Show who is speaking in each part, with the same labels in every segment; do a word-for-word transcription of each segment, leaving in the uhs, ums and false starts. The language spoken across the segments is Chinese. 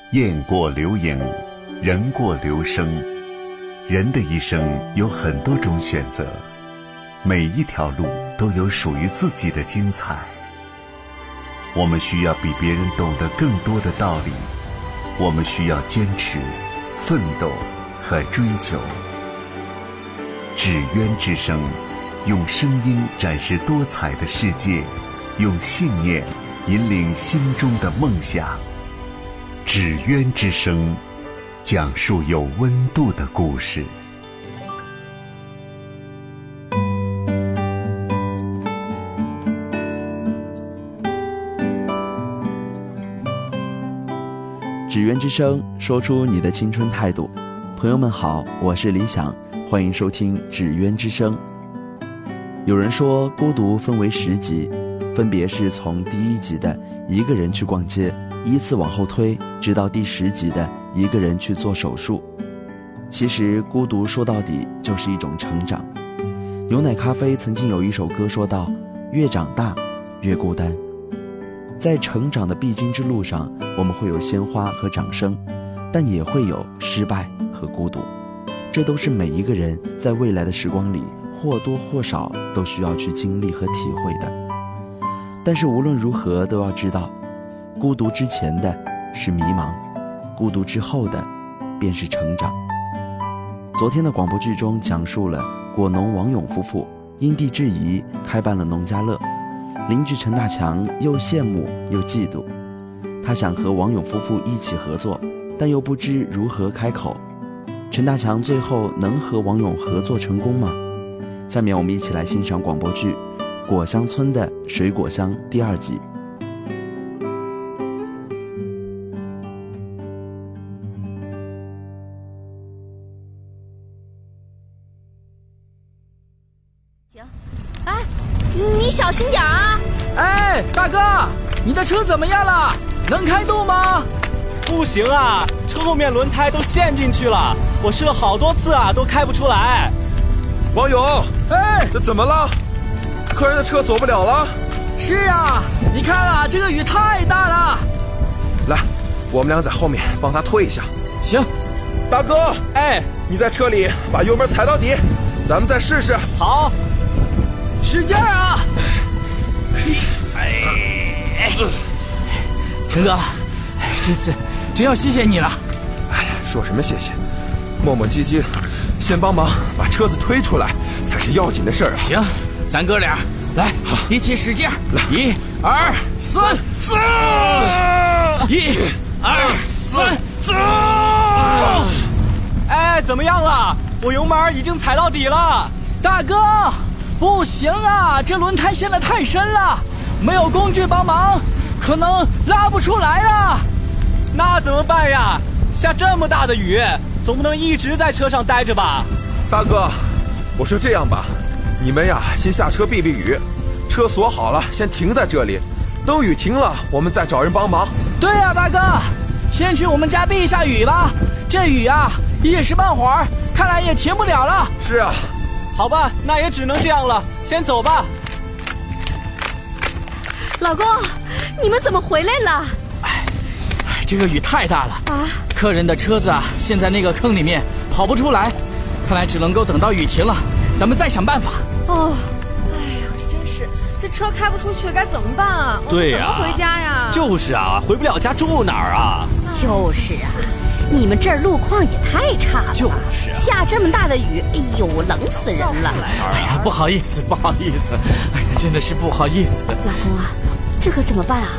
Speaker 1: 雁过留影，人过留声。人的一生有很多种选择，每一条路都有属于自己的精彩。我们需要比别人懂得更多的道理，我们需要坚持、奋斗和追求。纸鸢之声，用声音展示多彩的世界，用信念引领心中的梦想。纸鸢之声，讲述有温度的故事。
Speaker 2: 纸鸢之声，说出你的青春态度。朋友们好，我是李想，欢迎收听纸鸢之声。有人说孤独分为十集，分别是从第一集的一个人去逛街，依次往后推，直到第十集的一个人去做手术。其实孤独说到底就是一种成长。牛奶咖啡曾经有一首歌说到，越长大越孤单。在成长的必经之路上，我们会有鲜花和掌声，但也会有失败和孤独，这都是每一个人在未来的时光里或多或少都需要去经历和体会的。但是无论如何都要知道，孤独之前的是迷茫，孤独之后的便是成长。昨天的广播剧中讲述了果农王勇夫妇因地制宜开办了农家乐，邻居陈大强又羡慕又嫉妒，他想和王勇夫妇一起合作，但又不知如何开口。陈大强最后能和王勇合作成功吗？下面我们一起来欣赏广播剧《果香村的水果香》第二集。
Speaker 3: 行，哎，你小心点啊！
Speaker 4: 哎，大哥，你的车怎么样了？能开动吗？
Speaker 5: 不行啊，车后面轮胎都陷进去了，我试了好多次啊，都开不出来。
Speaker 6: 王勇，
Speaker 4: 哎，
Speaker 6: 这怎么了？客人的车走不了了？
Speaker 4: 是啊，你看啊，这个雨太大了。
Speaker 6: 来，我们俩在后面帮他推一下。
Speaker 4: 行。
Speaker 6: 大哥，
Speaker 5: 哎，
Speaker 6: 你在车里把油门踩到底，咱们再试试。
Speaker 5: 好，
Speaker 4: 使劲啊！哎，陈哥，这次真要谢谢你了。
Speaker 6: 哎呀，说什么谢谢？磨磨唧唧，先帮忙把车子推出来才是要紧的事儿啊。
Speaker 4: 行，咱哥俩来，一起使劲。
Speaker 6: 来，
Speaker 4: 一二三，走！一二三，走！
Speaker 5: 哎，怎么样了？我油门已经踩到底了。
Speaker 4: 大哥，不行啊，这轮胎陷得太深了，没有工具帮忙，可能拉不出来了。
Speaker 5: 那怎么办呀？下这么大的雨，总不能一直在车上待着吧？
Speaker 6: 大哥，我说这样吧，你们呀先下车避避雨，车锁好了，先停在这里，等雨停了，我们再找人帮忙。
Speaker 4: 对呀，大哥，先去我们家避一下雨吧。这雨啊，一时半会儿看来也停不了了。
Speaker 6: 是啊。
Speaker 5: 好吧，那也只能这样了，先走吧。
Speaker 3: 老公，你们怎么回来了？
Speaker 4: 哎，这个雨太大了
Speaker 3: 啊！
Speaker 4: 客人的车子啊陷在那个坑里面，跑不出来，看来只能够等到雨停了，咱们再想办法。
Speaker 3: 哦，哎呦，这真是，这车开不出去该怎么办啊？
Speaker 5: 对呀，
Speaker 3: 我们怎么回家呀？
Speaker 5: 就是啊，回不了家住哪儿啊？
Speaker 7: 就是啊。你们这儿路况也太差了，
Speaker 5: 就是、啊、
Speaker 7: 下这么大的雨，哎呦，冷死人了！
Speaker 4: 哎呀，不好意思，不好意思，哎呀，真的是不好意思。
Speaker 7: 老公啊，这可怎么办啊？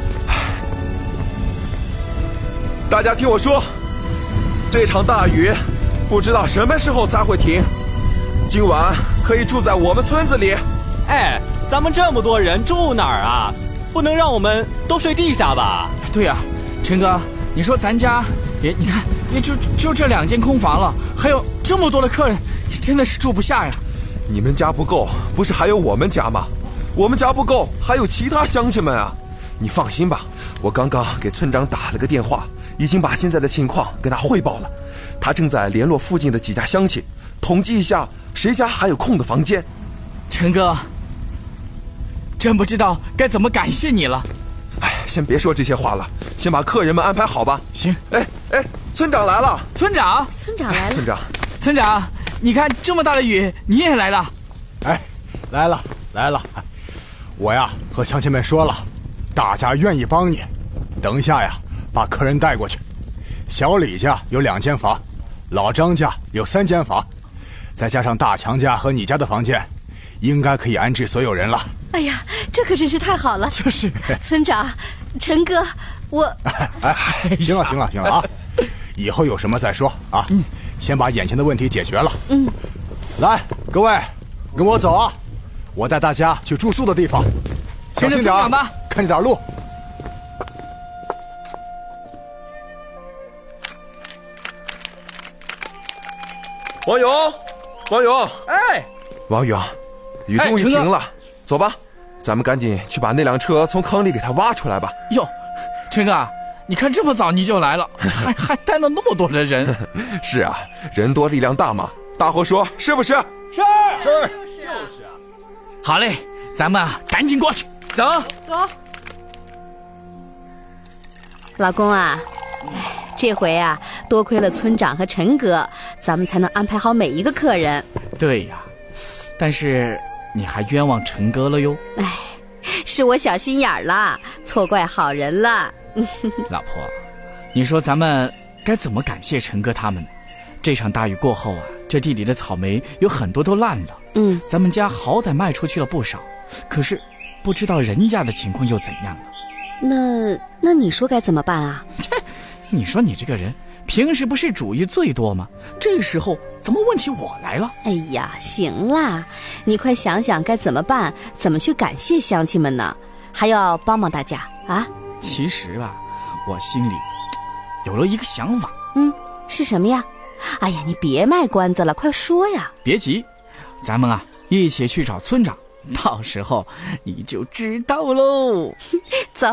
Speaker 6: 大家听我说，这场大雨不知道什么时候才会停，今晚可以住在我们村子里。
Speaker 5: 哎，咱们这么多人住哪儿啊？不能让我们都睡地下吧？
Speaker 4: 对呀、啊，陈哥，你说咱家也，你看也就就这两间空房了，还有这么多的客人，真的是住不下呀。
Speaker 6: 你们家不够，不是还有我们家吗？我们家不够，还有其他乡亲们啊。你放心吧，我刚刚给村长打了个电话，已经把现在的情况跟他汇报了，他正在联络附近的几家乡亲，统计一下谁家还有空的房间。
Speaker 4: 陈哥，真不知道该怎么感谢你了。
Speaker 6: 哎， 先别说这些话了，先把客人们安排好吧。
Speaker 4: 行。
Speaker 6: 哎哎，村长来了！
Speaker 4: 村长，
Speaker 7: 村长来了！
Speaker 6: 村长，
Speaker 4: 村长，你看这么大的雨，你也来了？
Speaker 8: 哎，来了来了。我呀和乡亲们说了，大家愿意帮你。等一下呀，把客人带过去。小李家有两间房，老张家有三间房，再加上大强家和你家的房间，应该可以安置所有人了。
Speaker 7: 哎呀，这可真是太好了！
Speaker 4: 就是，
Speaker 7: 村长，陈哥，我……
Speaker 8: 哎，行了行了行了啊，以后有什么再说啊。嗯，先把眼前的问题解决了。
Speaker 7: 嗯，
Speaker 8: 来，各位，跟我走啊！我带大家去住宿的地方，小心点啊，看着点路。
Speaker 6: 王勇，王勇，
Speaker 4: 哎，
Speaker 6: 王勇，雨终于停了，走吧，咱们赶紧去把那辆车从坑里给它挖出来吧。
Speaker 4: 哟，陈哥，你看这么早你就来了，还还带了那么多的人。
Speaker 6: 是啊，人多力量大嘛，大伙说是不是？
Speaker 8: 是是
Speaker 4: 就是啊。好嘞，咱们啊赶紧过去，走
Speaker 3: 走。
Speaker 7: 老公啊，这回啊多亏了村长和陈哥，咱们才能安排好每一个客人。
Speaker 4: 对呀，但是你还冤枉陈哥了哟。
Speaker 7: 哎，是我小心眼儿了，错怪好人了。
Speaker 4: 老婆，你说咱们该怎么感谢陈哥他们？这场大雨过后啊，这地里的草莓有很多都烂了。
Speaker 7: 嗯，
Speaker 4: 咱们家好歹卖出去了不少，可是不知道人家的情况又怎样了。
Speaker 7: 那那你说该怎么办啊？
Speaker 4: 切，你说你这个人平时不是主意最多吗？这时候怎么问起我来了？
Speaker 7: 哎呀，行啦，你快想想该怎么办，怎么去感谢乡亲们呢？还要帮帮大家啊！
Speaker 4: 其实吧，我心里有了一个想法。
Speaker 7: 嗯，是什么呀？哎呀，你别卖关子了，快说呀！
Speaker 4: 别急，咱们啊一起去找村长，到时候你就知道喽。
Speaker 7: 走。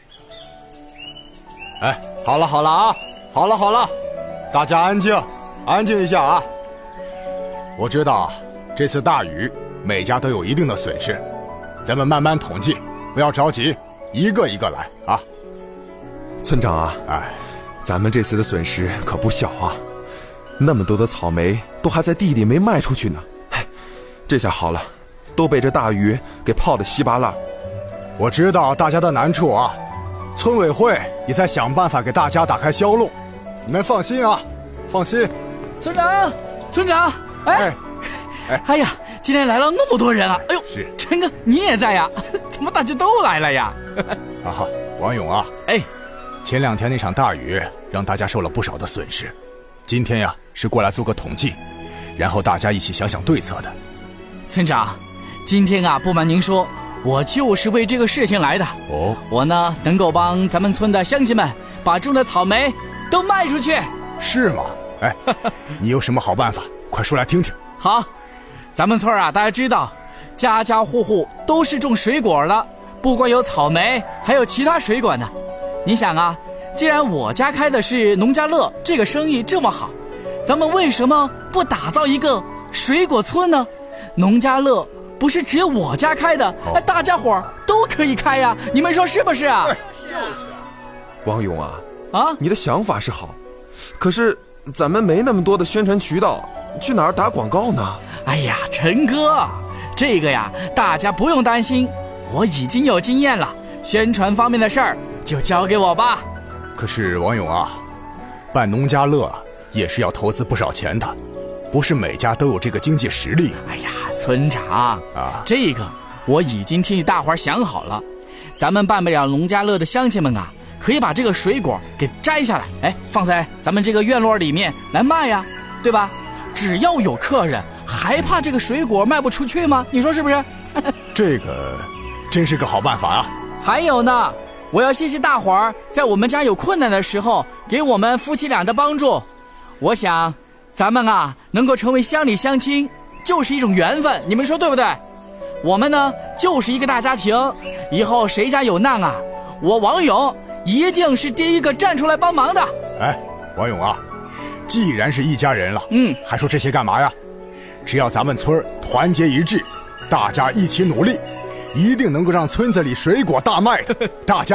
Speaker 8: 哎，好了好了啊，好了好了，大家安静，安静一下啊！我知道这次大雨每家都有一定的损失，咱们慢慢统计，不要着急，一个一个来啊。
Speaker 6: 村长啊，
Speaker 8: 哎，
Speaker 6: 咱们这次的损失可不小啊，那么多的草莓都还在地里没卖出去呢。哎，这下好了，都被这大雨给泡得稀巴烂。
Speaker 8: 我知道大家的难处啊，村委会也在想办法给大家打开销路，你们放心啊，放心。
Speaker 4: 村长，村长，哎，哎，
Speaker 8: 哎
Speaker 4: 哎呀，今天来了那么多人啊！哎呦，
Speaker 8: 是
Speaker 4: 陈哥你也在呀？怎么大家都来了呀？
Speaker 8: 啊，王勇啊，
Speaker 4: 哎，
Speaker 8: 前两天那场大雨让大家受了不少的损失，今天呀是过来做个统计，然后大家一起想想对策的。
Speaker 4: 村长，今天啊，不瞒您说，我就是为这个事情来的。
Speaker 8: 哦，
Speaker 4: 我呢能够帮咱们村的乡亲们把种的草莓都卖出去。
Speaker 8: 是吗？哎，你有什么好办法？快说来听听。
Speaker 4: 好，咱们村啊，大家知道，家家户户都是种水果的，不光有草莓，还有其他水果呢。你想啊，既然我家开的是农家乐，这个生意这么好，咱们为什么不打造一个水果村呢？农家乐不是只有我家开的，哦、大家伙都可以开呀，你们说是不是啊？
Speaker 6: 就是啊。王勇啊，
Speaker 4: 啊，
Speaker 6: 你的想法是好，可是咱们没那么多的宣传渠道，去哪儿打广告呢？
Speaker 4: 哎呀，陈哥，这个呀，大家不用担心，我已经有经验了，宣传方面的事儿就交给我吧。
Speaker 8: 可是王勇啊，办农家乐也是要投资不少钱的，不是每家都有这个经济实力。
Speaker 4: 哎呀，村长啊，这个我已经替大伙儿想好了，咱们办不了农家乐的乡亲们啊，可以把这个水果给摘下来，哎，放在咱们这个院落里面来卖呀，对吧？只要有客人，还怕这个水果卖不出去吗？你说是不是？
Speaker 8: 这个真是个好办法啊！
Speaker 4: 还有呢，我要谢谢大伙儿在我们家有困难的时候给我们夫妻俩的帮助。我想咱们啊能够成为乡里乡亲，就是一种缘分，你们说对不对？我们呢就是一个大家庭，以后谁家有难啊，我王勇一定是第一个站出来帮忙的。
Speaker 8: 哎，王勇啊，既然是一家人了，
Speaker 4: 嗯，
Speaker 8: 还说这些干嘛呀？只要咱们村团结一致，大家一起努力，一定能够让村子里水果大卖的。大家呀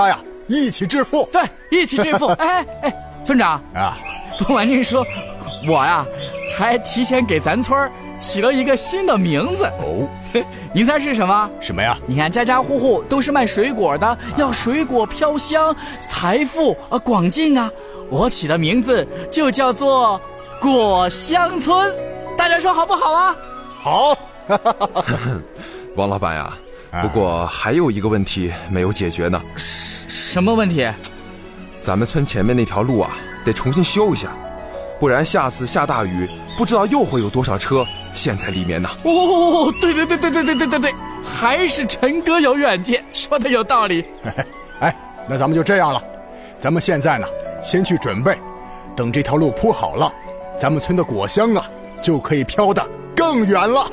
Speaker 8: 一起致富。
Speaker 4: 对，一起致富。哎哎，村长
Speaker 8: 啊，
Speaker 4: 不瞒您说，我呀还提前给咱村起了一个新的名字
Speaker 8: 哦。
Speaker 4: 您猜是什么？
Speaker 8: 什么呀？
Speaker 4: 你看家家户户都是卖水果的，要水果飘香，财富啊广进啊。我起的名字就叫做果香村，大家说好不好啊？
Speaker 8: 好。
Speaker 6: 王老板呀，不过还有一个问题没有解决呢。
Speaker 4: 什么问题？
Speaker 6: 咱们村前面那条路啊，得重新修一下，不然下次下大雨，不知道又会有多少车陷在里面呢。
Speaker 4: 哦，对对对对对对对对对，还是陈哥有远见，说的有道理。
Speaker 8: 哎，那咱们就这样了，咱们现在呢，先去准备，等这条路铺好了，咱们村的果香啊，就可以飘得更远了。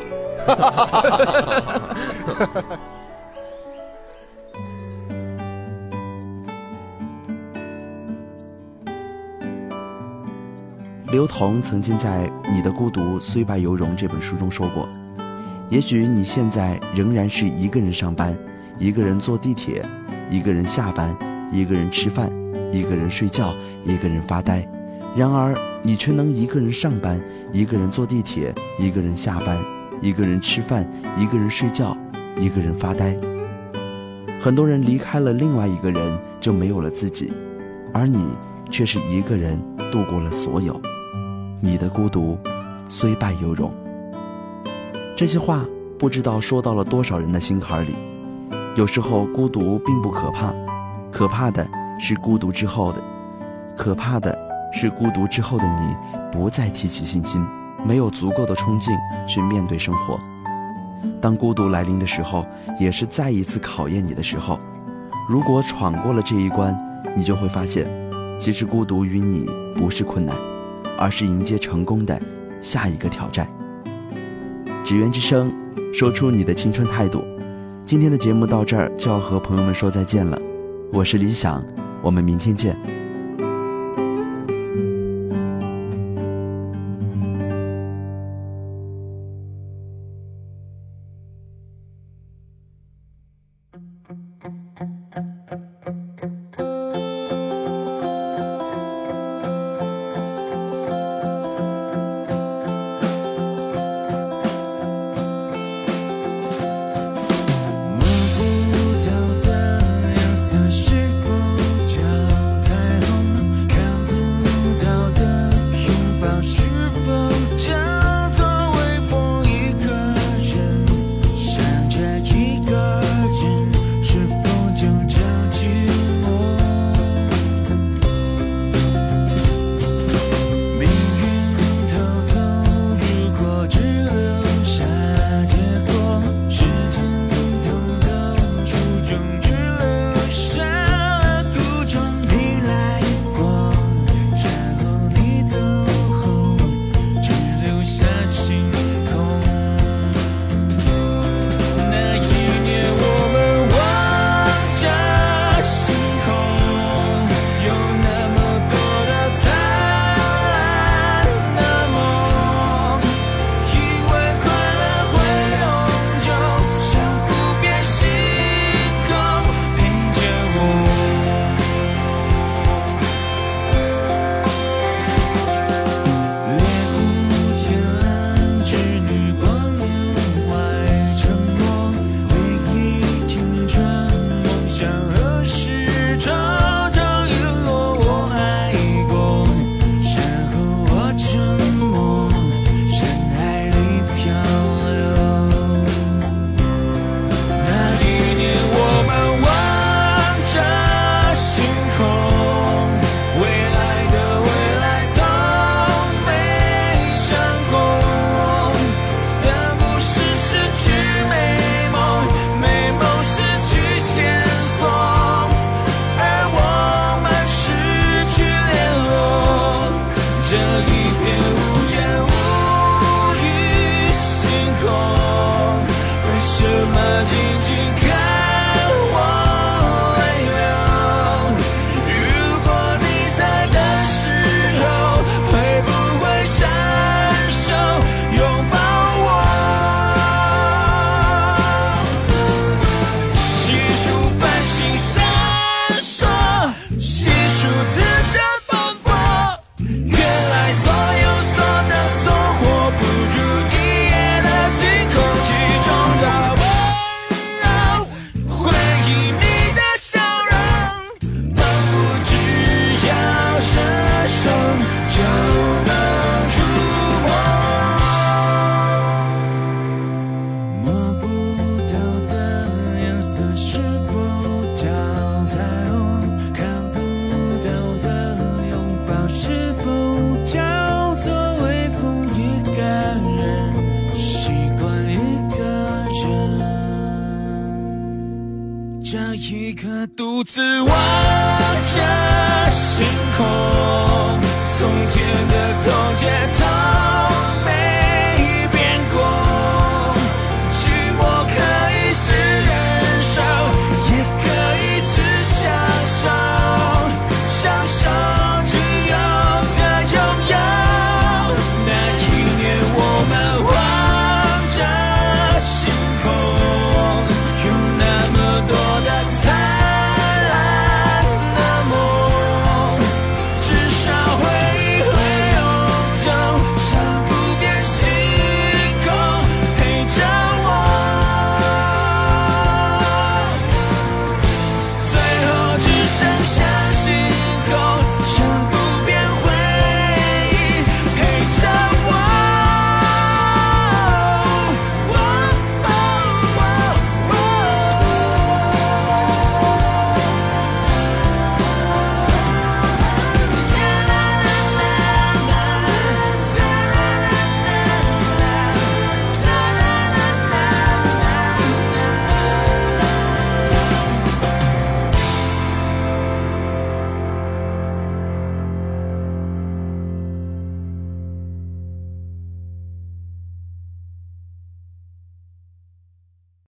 Speaker 2: 刘同曾经在《你的孤独虽败犹荣》这本书中说过，也许你现在仍然是一个人上班，一个人坐地铁，一个人下班，一个人吃饭，一个人睡觉，一个人发呆，然而你却能一个人上班，一个人坐地铁，一个人下班，一个人吃饭，一个人睡觉，一个人发呆。很多人离开了另外一个人，就没有了自己，而你却是一个人度过了所有。你的孤独虽败犹荣。这些话不知道说到了多少人的心坎里。有时候孤独并不可怕，可怕的是孤独之后的可怕的是孤独之后的你不再提起信心，没有足够的冲劲去面对生活。当孤独来临的时候，也是再一次考验你的时候。如果闯过了这一关，你就会发现，其实孤独与你不是困难，而是迎接成功的下一个挑战。只愿之声，说出你的青春态度。今天的节目到这儿就要和朋友们说再见了，我是李想，我们明天见。
Speaker 9: 摸不到的颜色是否就在可独自玩。